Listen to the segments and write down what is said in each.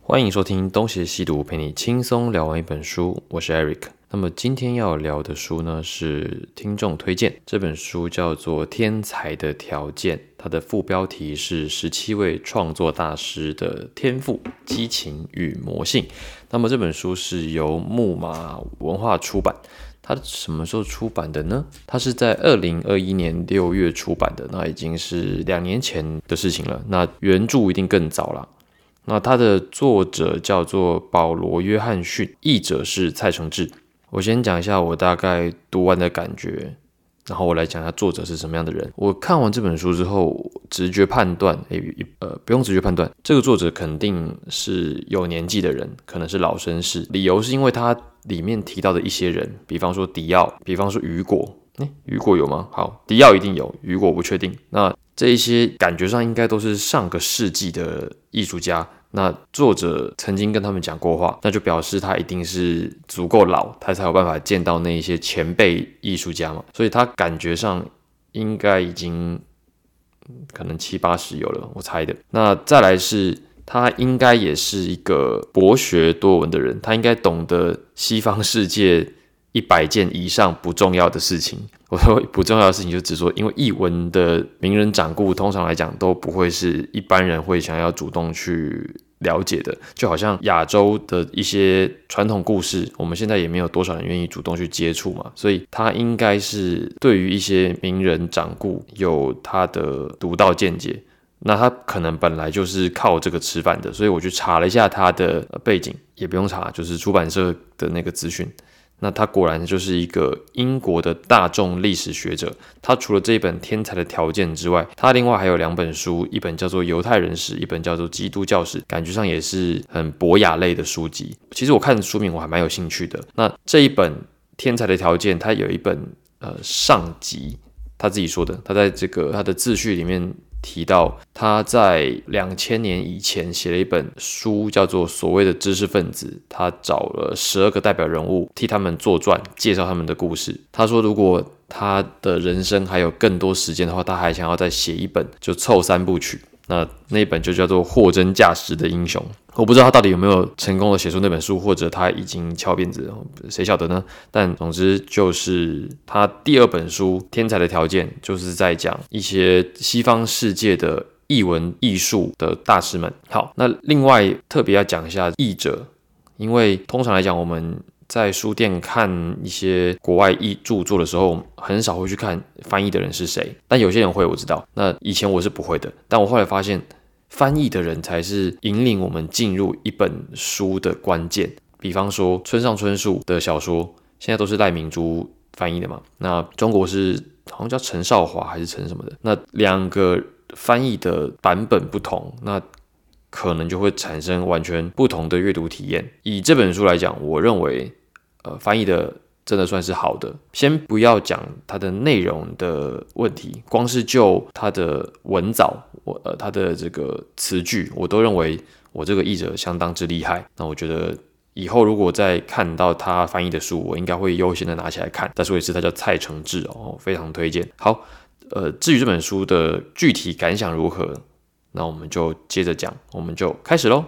欢迎收听东邪西毒，陪你轻松聊完一本书。我是 Eric。那么今天要聊的书呢，是听众推荐，这本书叫做《天才的条件》，它的副标题是17位创作大师的天赋、激情与魔性。那么这本书是由木马文化出版。它什么时候出版的呢？它是在2021年6月出版的，那已经是2年前的事情了。那原著一定更早啦。那它的作者叫做保罗·约翰逊，译者是蔡承志。我先讲一下我大概读完的感觉，然后我来讲一下作者是什么样的人。我看完这本书之后，直觉判断，不用直觉判断，这个作者肯定是有年纪的人，可能是老绅士。理由是因为他里面提到的一些人，比方说迪奥，比方说雨果。雨果有吗？好，迪奥一定有，雨果不确定。那这一些感觉上应该都是上个世纪的艺术家。那作者曾经跟他们讲过话，那就表示他一定是足够老，他才有办法见到那一些前辈艺术家嘛。所以他感觉上应该已经可能70、80有了，我猜的。那再来是他应该也是一个博学多闻的人，他应该懂得西方世界100件以上不重要的事情。我说不重要的事情，就只说，因为艺文的名人掌故，通常来讲都不会是一般人会想要主动去了解的。就好像亚洲的一些传统故事，我们现在也没有多少人愿意主动去接触嘛，所以他应该是对于一些名人掌故有他的独到见解。那他可能本来就是靠这个吃饭的，所以我去查了一下他的背景，也不用查，就是出版社的那个资讯。那他果然就是一个英国的大众历史学者。他除了这一本《天才的条件》之外，他另外还有2本书，一本叫做《犹太人史》，一本叫做《基督教史》，感觉上也是很博雅类的书籍。其实我看书名我还蛮有兴趣的。那这一本《天才的条件》，他有一本上集，他自己说的，他在这个他的自序里面提到，他在2000年以前写了一本书，叫做《所谓的知识分子》。他找了12个代表人物，替他们作传，介绍他们的故事。他说，如果他的人生还有更多时间的话，他还想要再写一本，就凑3部曲。那一本就叫做《货真价实的英雄》。我不知道他到底有没有成功的写出那本书，或者他已经翘辫子，谁晓得呢？但总之就是他第2本书《天才的条件》，就是在讲一些西方世界的艺文艺术的大师们。好，那另外特别要讲一下译者，因为通常来讲我们在书店看一些国外著作的时候，很少会去看翻译的人是谁，但有些人会，我知道。那以前我是不会的，但我后来发现，翻译的人才是引领我们进入一本书的关键。比方说村上春树的小说，现在都是赖明珠翻译的嘛。那中国是好像叫陈少华还是陈什么的，那2个翻译的版本不同，那可能就会产生完全不同的阅读体验。以这本书来讲，我认为翻译的真的算是好的。先不要讲它的内容的问题，光是就它的文藻，它的这个词句，我都认为我这个译者相当之厉害。那我觉得以后如果再看到他翻译的书，我应该会优先的拿起来看。再说一次，他叫蔡承志非常推荐。好，至于这本书的具体感想如何，那我们就接着讲，我们就开始咯。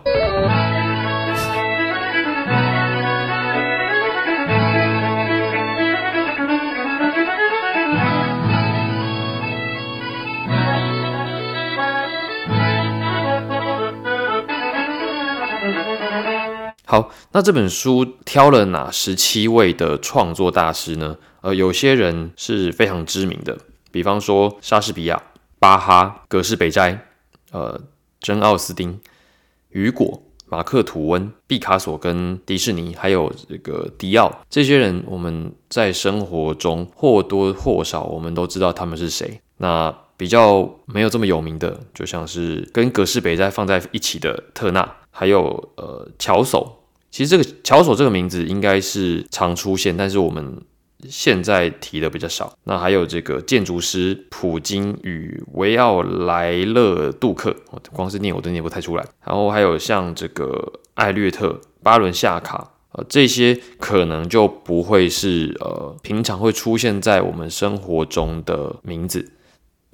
好，那这本书挑了哪17位的创作大师呢？有些人是非常知名的，比方说莎士比亚、巴哈、葛饰北斋、珍·奥斯汀、雨果、马克·吐温、毕卡索跟迪士尼，还有这个迪奥，这些人我们在生活中或多或少我们都知道他们是谁。那比较没有这么有名的，就像是跟葛饰北斋放在一起的特纳，还有乔叟。其实这个乔叟这个名字应该是常出现，但是我们现在提的比较少。那还有这个建筑师普金与维奥莱勒杜克，光是念我都念不太出来。然后还有像这个艾略特、巴伦夏卡，这些可能就不会是平常会出现在我们生活中的名字。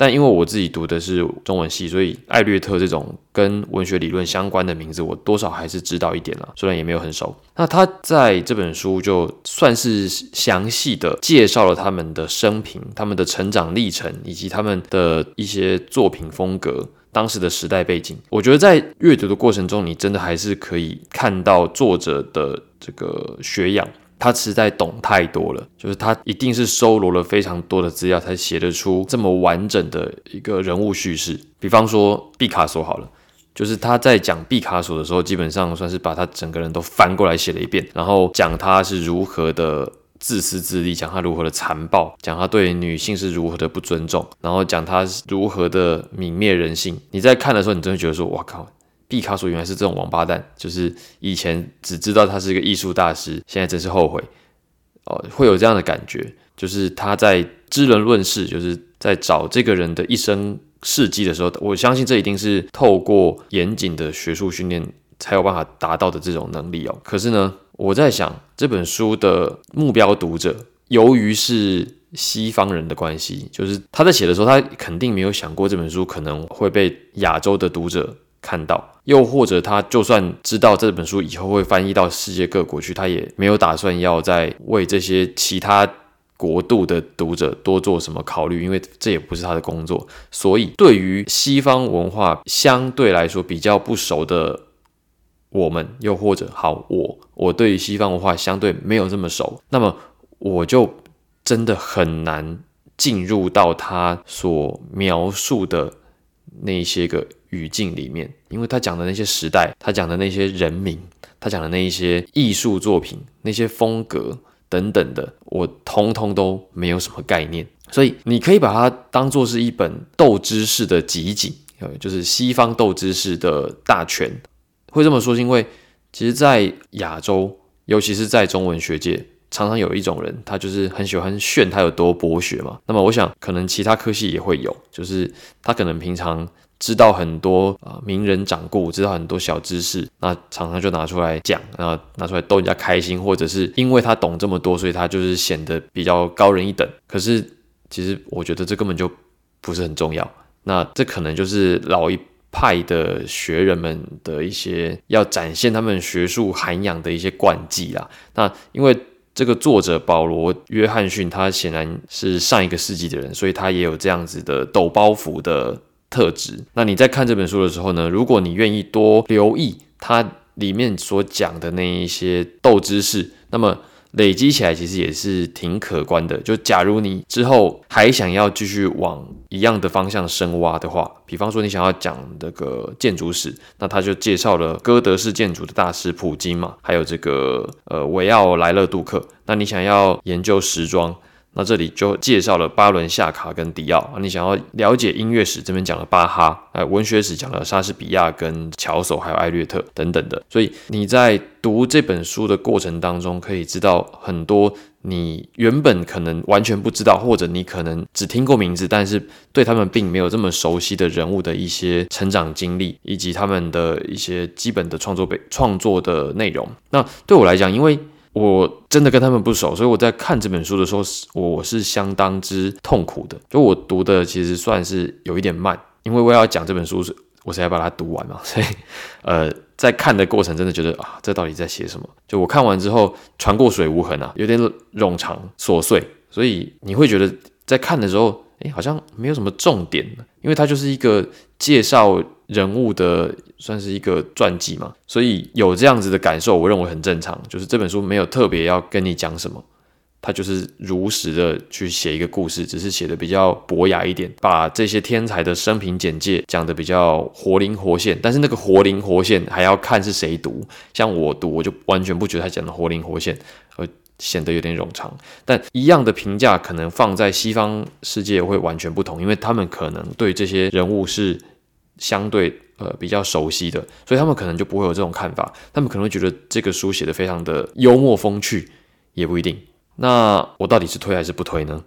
但因为我自己读的是中文系，所以艾略特这种跟文学理论相关的名字，我多少还是知道一点啦，虽然也没有很熟。那他在这本书就算是详细的介绍了他们的生平、他们的成长历程，以及他们的一些作品风格。当时的时代背景，我觉得在阅读的过程中，你真的还是可以看到作者的这个学养，他实在懂太多了，就是他一定是收罗了非常多的资料，才写得出这么完整的一个人物叙事。比方说毕卡索好了，就是他在讲毕卡索的时候，基本上算是把他整个人都翻过来写了一遍，然后讲他是如何的自私自利，讲他如何的残暴，讲他对女性是如何的不尊重，然后讲他如何的泯灭人性。你在看的时候，你真的觉得说，哇靠，毕卡索原来是这种王八蛋，就是以前只知道他是一个艺术大师，现在真是后悔。会有这样的感觉，就是他在知人论事，就是在找这个人的一生事迹的时候，我相信这一定是透过严谨的学术训练才有办法达到的这种能力哦。可是呢，我在想这本书的目标读者，由于是西方人的关系，就是他在写的时候，他肯定没有想过这本书可能会被亚洲的读者看到，又或者他就算知道这本书以后会翻译到世界各国去，他也没有打算要再为这些其他国度的读者多做什么考虑，因为这也不是他的工作。所以对于西方文化相对来说比较不熟的我们，又或者我对于西方文化相对没有这么熟，那么我就真的很难进入到他所描述的那些个语境里面，因为他讲的那些时代，他讲的那些人名，他讲的那一些艺术作品，那些风格等等的，我通通都没有什么概念。所以你可以把它当作是一本斗知识的集锦，就是西方斗知识的大全。会这么说是因为其实在亚洲，尤其是在中文学界，常常有一种人，他就是很喜欢炫他有多博学嘛。那么我想可能其他科系也会有，就是他可能平常知道很多名人掌故，知道很多小知识，那常常就拿出来讲，拿出来逗人家开心，或者是因为他懂这么多，所以他就是显得比较高人一等。可是其实我觉得这根本就不是很重要，那这可能就是老一派的学人们的一些要展现他们学术涵养的一些惯技啦。那因为这个作者保罗·约翰逊，他显然是上一个世纪的人，所以他也有这样子的抖包袱的特质。那你在看这本书的时候呢，如果你愿意多留意它里面所讲的那一些斗知识，那么累积起来其实也是挺可观的。就假如你之后还想要继续往一样的方向深挖的话，比方说你想要讲这个建筑史，那他就介绍了哥德式建筑的大师普金嘛，还有这个维奥莱勒杜克。那你想要研究时装，那这里就介绍了巴伦夏卡跟迪奥。你想要了解音乐史，这边讲了巴哈，文学史讲了莎士比亚跟乔叟还有艾略特等等的。所以你在读这本书的过程当中，可以知道很多你原本可能完全不知道，或者你可能只听过名字，但是对他们并没有这么熟悉的人物的一些成长经历，以及他们的一些基本的创作的内容。那对我来讲，因为我真的跟他们不熟，所以我在看这本书的时候，我是相当之痛苦的。就我读的其实算是有一点慢，因为我要讲这本书，我才把它读完嘛，所以在看的过程真的觉得这到底在写什么？就我看完之后，船过水无痕啊，有点冗长琐碎，所以你会觉得在看的时候，好像没有什么重点，因为它就是一个介绍人物的，算是一个传记嘛，所以有这样子的感受，我认为很正常。就是这本书没有特别要跟你讲什么，它就是如实的去写一个故事，只是写的比较博雅一点，把这些天才的生平简介讲的比较活灵活现。但是那个活灵活现还要看是谁读，像我读，我就完全不觉得他讲的活灵活现，显得有点冗长。但一样的评价可能放在西方世界会完全不同，因为他们可能对这些人物是相对比较熟悉的，所以他们可能就不会有这种看法。他们可能会觉得这个书写得非常的幽默风趣，也不一定。那我到底是推还是不推呢？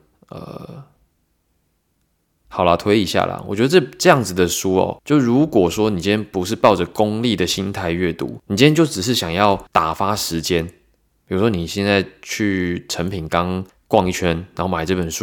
好啦，推一下啦。我觉得这样子的书就如果说你今天不是抱着功利的心态阅读，你今天就只是想要打发时间，比如说你现在去诚品刚逛一圈，然后买这本书，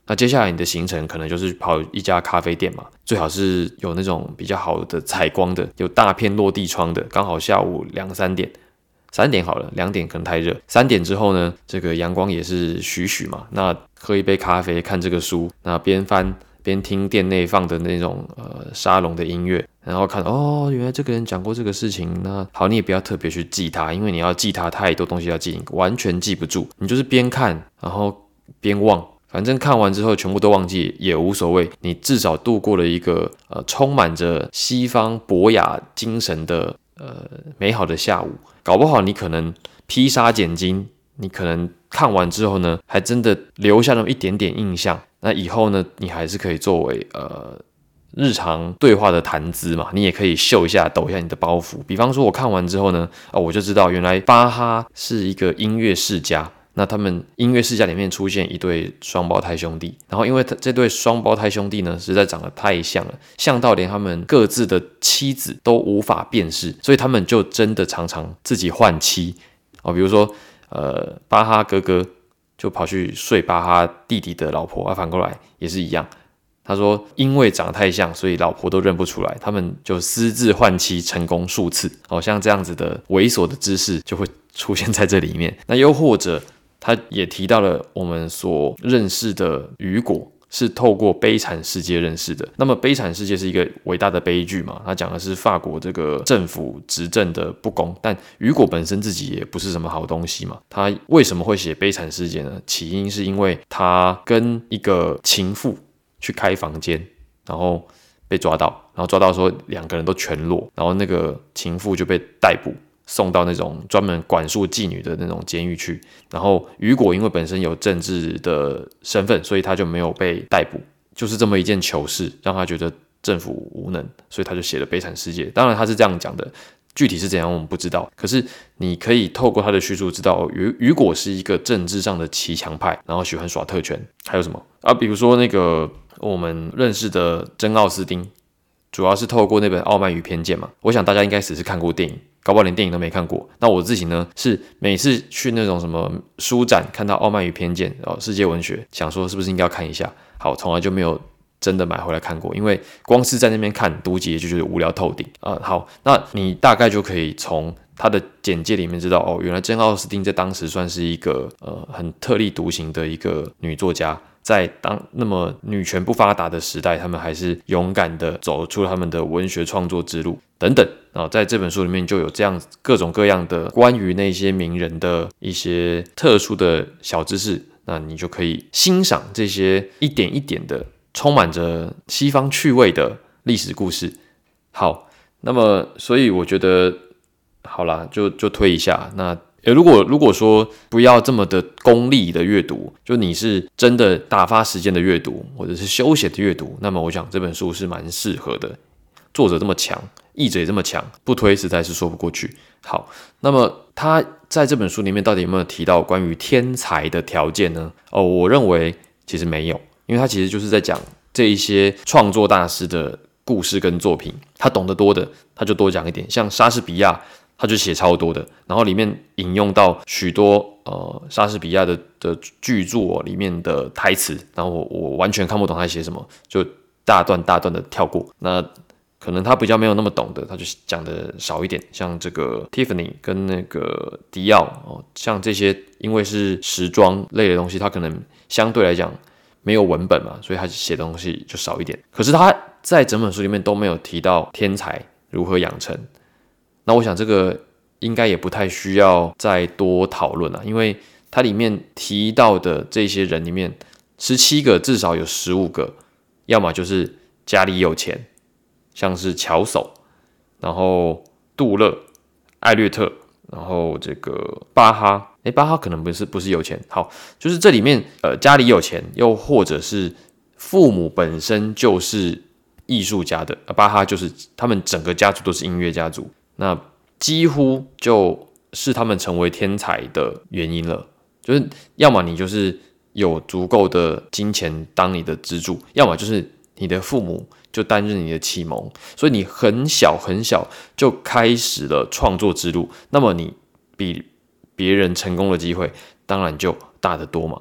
那接下来你的行程可能就是跑一家咖啡店嘛，最好是有那种比较好的采光的，有大片落地窗的，刚好下午2、3点。3点好了，2点可能太热。3点之后呢，这个阳光也是徐徐嘛，那喝一杯咖啡，看这个书，那边翻边听店内放的那种沙龙的音乐，然后看原来这个人讲过这个事情。那好，你也不要特别去记它，因为你要记它太多东西要记，你完全记不住。你就是边看然后边忘，反正看完之后全部都忘记也无所谓，你至少度过了一个充满着西方博雅精神的美好的下午。搞不好你可能披沙拣金，你可能看完之后呢，还真的留下那么一点点印象。那以后呢，你还是可以作为日常对话的谈资嘛，你也可以秀一下、抖一下你的包袱。比方说，我看完之后呢，我就知道原来巴哈是一个音乐世家。那他们音乐世家里面出现一对双胞胎兄弟，然后因为这对双胞胎兄弟呢，实在长得太像了，像到连他们各自的妻子都无法辨识，所以他们就真的常常自己换妻比如说巴哈哥哥就跑去睡巴哈弟弟的老婆，反过来也是一样。他说因为长得太像，所以老婆都认不出来，他们就私自换妻成功数次。像这样子的猥琐的知识就会出现在这里面。那又或者他也提到了我们所认识的雨果是透过悲惨世界认识的。那么悲惨世界是一个伟大的悲剧嘛，他讲的是法国这个政府执政的不公，但雨果本身自己也不是什么好东西嘛。他为什么会写悲惨世界呢？起因是因为他跟一个情妇去开房间，然后被抓到，然后抓到说2个人都全裸，然后那个情妇就被逮捕，送到那种专门管束妓女的那种监狱去。然后雨果因为本身有政治的身份，所以他就没有被逮捕。就是这么一件糗事，让他觉得政府无能，所以他就写了悲惨世界。当然他是这样讲的，具体是怎样我们不知道。可是你可以透过他的叙述知道，雨果是一个政治上的骑墙派，然后喜欢耍特权。还有什么比如说那个我们认识的珍奥斯汀，主要是透过那本《傲慢与偏见》嘛。我想大家应该只是看过电影，搞不好连电影都没看过。那我自己呢，是每次去那种什么书展看到《傲慢与偏见》世界文学，想说是不是应该要看一下。好，从来就没有真的买回来看过，因为光是在那边看读解就觉得无聊透顶好，那你大概就可以从他的简介里面知道原来珍奥斯汀在当时算是一个很特立独行的一个女作家。在那么女权不发达的时代，他们还是勇敢的走出他们的文学创作之路等等在这本书里面就有这样各种各样的关于那些名人的一些特殊的小知识，那你就可以欣赏这些一点一点的充满着西方趣味的历史故事。好，那么所以我觉得好啦，就推一下。那如果说不要这么的功利的阅读，就你是真的打发时间的阅读，或者是休闲的阅读，那么我想这本书是蛮适合的。作者这么强，译者也这么强，不推实在是说不过去。好，那么他在这本书里面到底有没有提到关于天才的条件呢？我认为其实没有，因为他其实就是在讲这一些创作大师的故事跟作品，他懂得多的他就多讲一点。像莎士比亚他就写超多的，然后里面引用到许多莎士比亚的巨著里面的台词，然后我完全看不懂他写什么，就大段大段的跳过。那可能他比较没有那么懂的，他就讲的少一点。像这个 Tiffany 跟那个迪奥像这些因为是时装类的东西，他可能相对来讲没有文本嘛，所以他写的东西就少一点。可是他在整本书里面都没有提到天才如何养成。那我想这个应该也不太需要再多讨论了，因为它里面提到的这些人里面，17个至少有15个，要么就是家里有钱，像是乔叟，然后杜勒、艾略特，然后这个巴哈，巴哈可能不是有钱，好，就是这里面家里有钱，又或者是父母本身就是艺术家的，巴哈就是他们整个家族都是音乐家族。那几乎就是他们成为天才的原因了，就是要么你就是有足够的金钱当你的支柱，要么就是你的父母就担任你的启蒙，所以你很小很小就开始了创作之路，那么你比别人成功的机会当然就大得多嘛。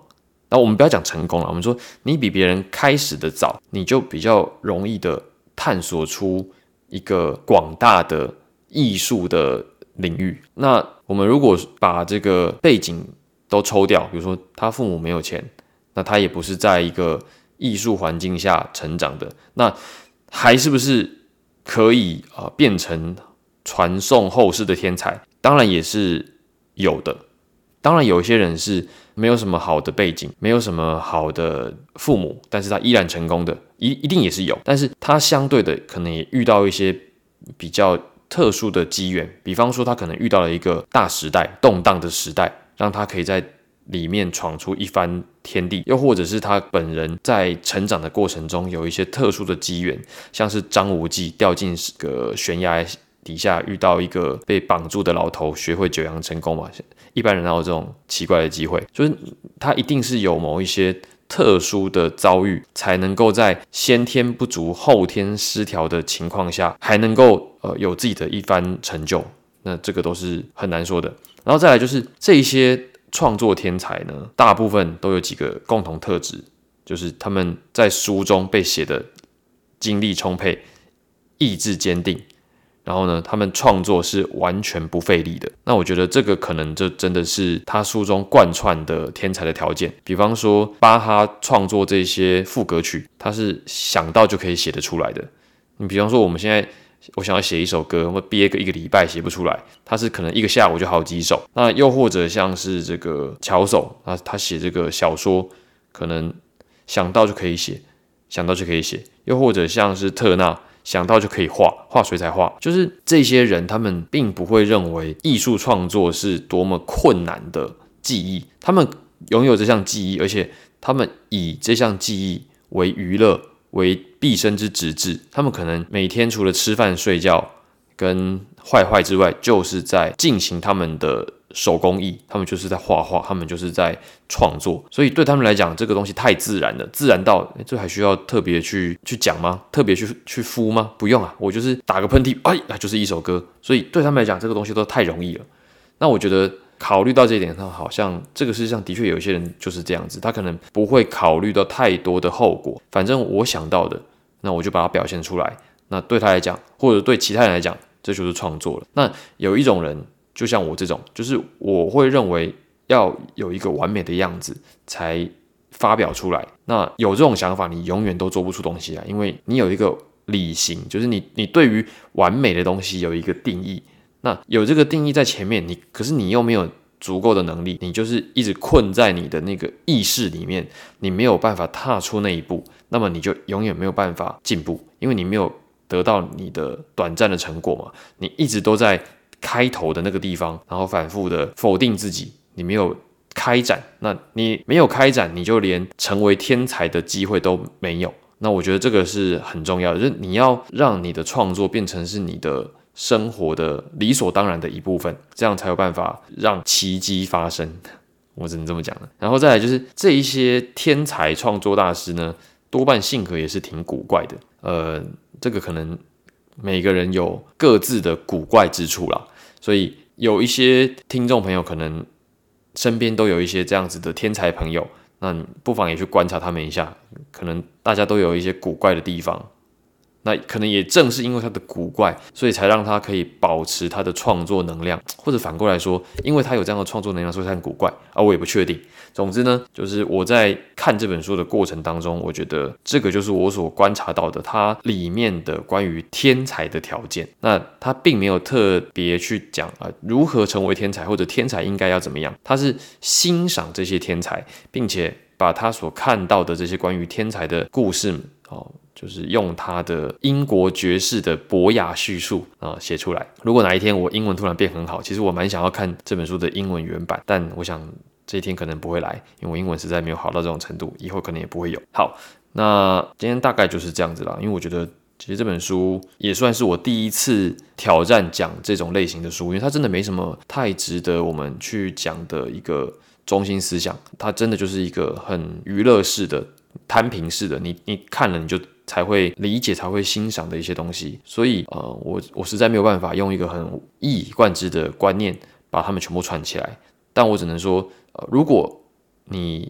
那我们不要讲成功了，我们说你比别人开始的早，你就比较容易的探索出一个广大的艺术的领域。那我们如果把这个背景都抽掉，比如说他父母没有钱，那他也不是在一个艺术环境下成长的，那还是不是可以变成传颂后世的天才？当然也是有的。当然有一些人是没有什么好的背景，没有什么好的父母，但是他依然成功的，一定也是有。但是他相对的可能也遇到一些比较特殊的机缘，比方说他可能遇到了一个大时代、动荡的时代，让他可以在里面闯出一番天地，又或者是他本人在成长的过程中有一些特殊的机缘，像是张无忌掉进个悬崖底下遇到一个被绑住的老头，学会九阳神功嘛。一般人哪有这种奇怪的机会？就是他一定是有某一些特殊的遭遇，才能够在先天不足、后天失调的情况下，还能够有自己的一番成就。那这个都是很难说的。然后再来就是这一些创作天才呢，大部分都有几个共同特质，就是他们在书中被写的精力充沛、意志坚定。然后呢，他们创作是完全不费力的。那我觉得这个可能就真的是他书中贯穿的天才的条件。比方说，巴哈创作这些赋格曲，他是想到就可以写得出来的。你比方说，我想要写一首歌，我憋个1个礼拜写不出来，他是可能1个下午就好几首。那又或者像是这个乔叟，他写这个小说，可能想到就可以写，想到就可以写。又或者像是特纳。想到就可以画水彩画，就是这些人，他们并不会认为艺术创作是多么困难的技艺，他们拥有这项技艺，而且他们以这项技艺为娱乐，为毕生之职志。他们可能每天除了吃饭睡觉跟坏之外，就是在进行他们的手工艺，他们就是在画画，他们就是在创作，所以对他们来讲，这个东西太自然了，自然到这还需要特别去讲吗？特别去敷吗？不用啊，我就是打个喷嚏，就是一首歌。所以对他们来讲，这个东西都太容易了。那我觉得考虑到这一点，好像这个世界上的确有一些人就是这样子，他可能不会考虑到太多的后果，反正我想到的，那我就把它表现出来。那对他来讲，或者对其他人来讲，这就是创作了。那有一种人。就像我这种，就是我会认为要有一个完美的样子才发表出来。那有这种想法，你永远都做不出东西来，因为你有一个理型，就是你对于完美的东西有一个定义。那有这个定义在前面，可是你又没有足够的能力，你就是一直困在你的那个意识里面，你没有办法踏出那一步，那么你就永远没有办法进步，因为你没有得到你的短暂的成果嘛，你一直都在开头的那个地方，然后反复的否定自己，你没有开展，那你没有开展，你就连成为天才的机会都没有。那我觉得这个是很重要的，就是你要让你的创作变成是你的生活的理所当然的一部分，这样才有办法让奇迹发生。我只能这么讲了。然后再来就是这一些天才创作大师呢，多半性格也是挺古怪的。这个可能每个人有各自的古怪之处啦，所以有一些听众朋友可能身边都有一些这样子的天才朋友，那你不妨也去观察他们一下，可能大家都有一些古怪的地方。那可能也正是因为他的古怪，所以才让他可以保持他的创作能量，或者反过来说，因为他有这样的创作能量，所以他很古怪啊，我也不确定。总之呢，就是我在看这本书的过程当中，我觉得这个就是我所观察到的，它里面的关于天才的条件。那他并没有特别去讲如何成为天才，或者天才应该要怎么样，他是欣赏这些天才，并且把他所看到的这些关于天才的故事就是用他的英国爵士的博雅叙述写出来。如果哪一天我英文突然变很好，其实我蛮想要看这本书的英文原版，但我想这一天可能不会来，因为我英文实在没有好到这种程度，以后可能也不会有。好，那今天大概就是这样子啦，因为我觉得其实这本书也算是我第一次挑战讲这种类型的书，因为它真的没什么太值得我们去讲的一个中心思想，它真的就是一个很娱乐式的摊平式的，你看了你就才会理解，才会欣赏的一些东西。所以我实在没有办法用一个很一以贯之的观念把它们全部串起来。但我只能说，如果你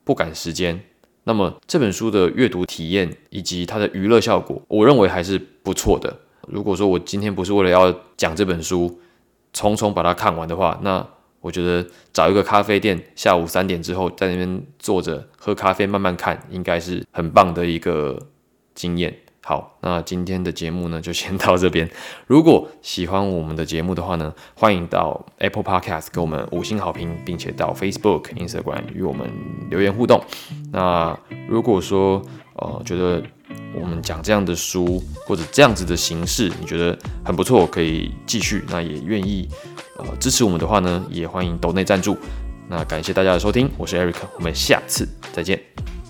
不赶时间，那么这本书的阅读体验以及它的娱乐效果，我认为还是不错的。如果说我今天不是为了要讲这本书，匆匆把它看完的话，那我觉得找一个咖啡店，下午3点之后在那边坐着喝咖啡慢慢看，应该是很棒的一个经验。好，那今天的节目呢就先到这边。如果喜欢我们的节目的话呢，欢迎到 Apple Podcast 给我们5星好评，并且到 Facebook、Instagram 与我们留言互动。那如果说觉得我们讲这样的书或者这样子的形式，你觉得很不错，可以继续，那也愿意支持我们的话呢，也欢迎抖内赞助。那感谢大家的收听，我是 Eric， 我们下次再见。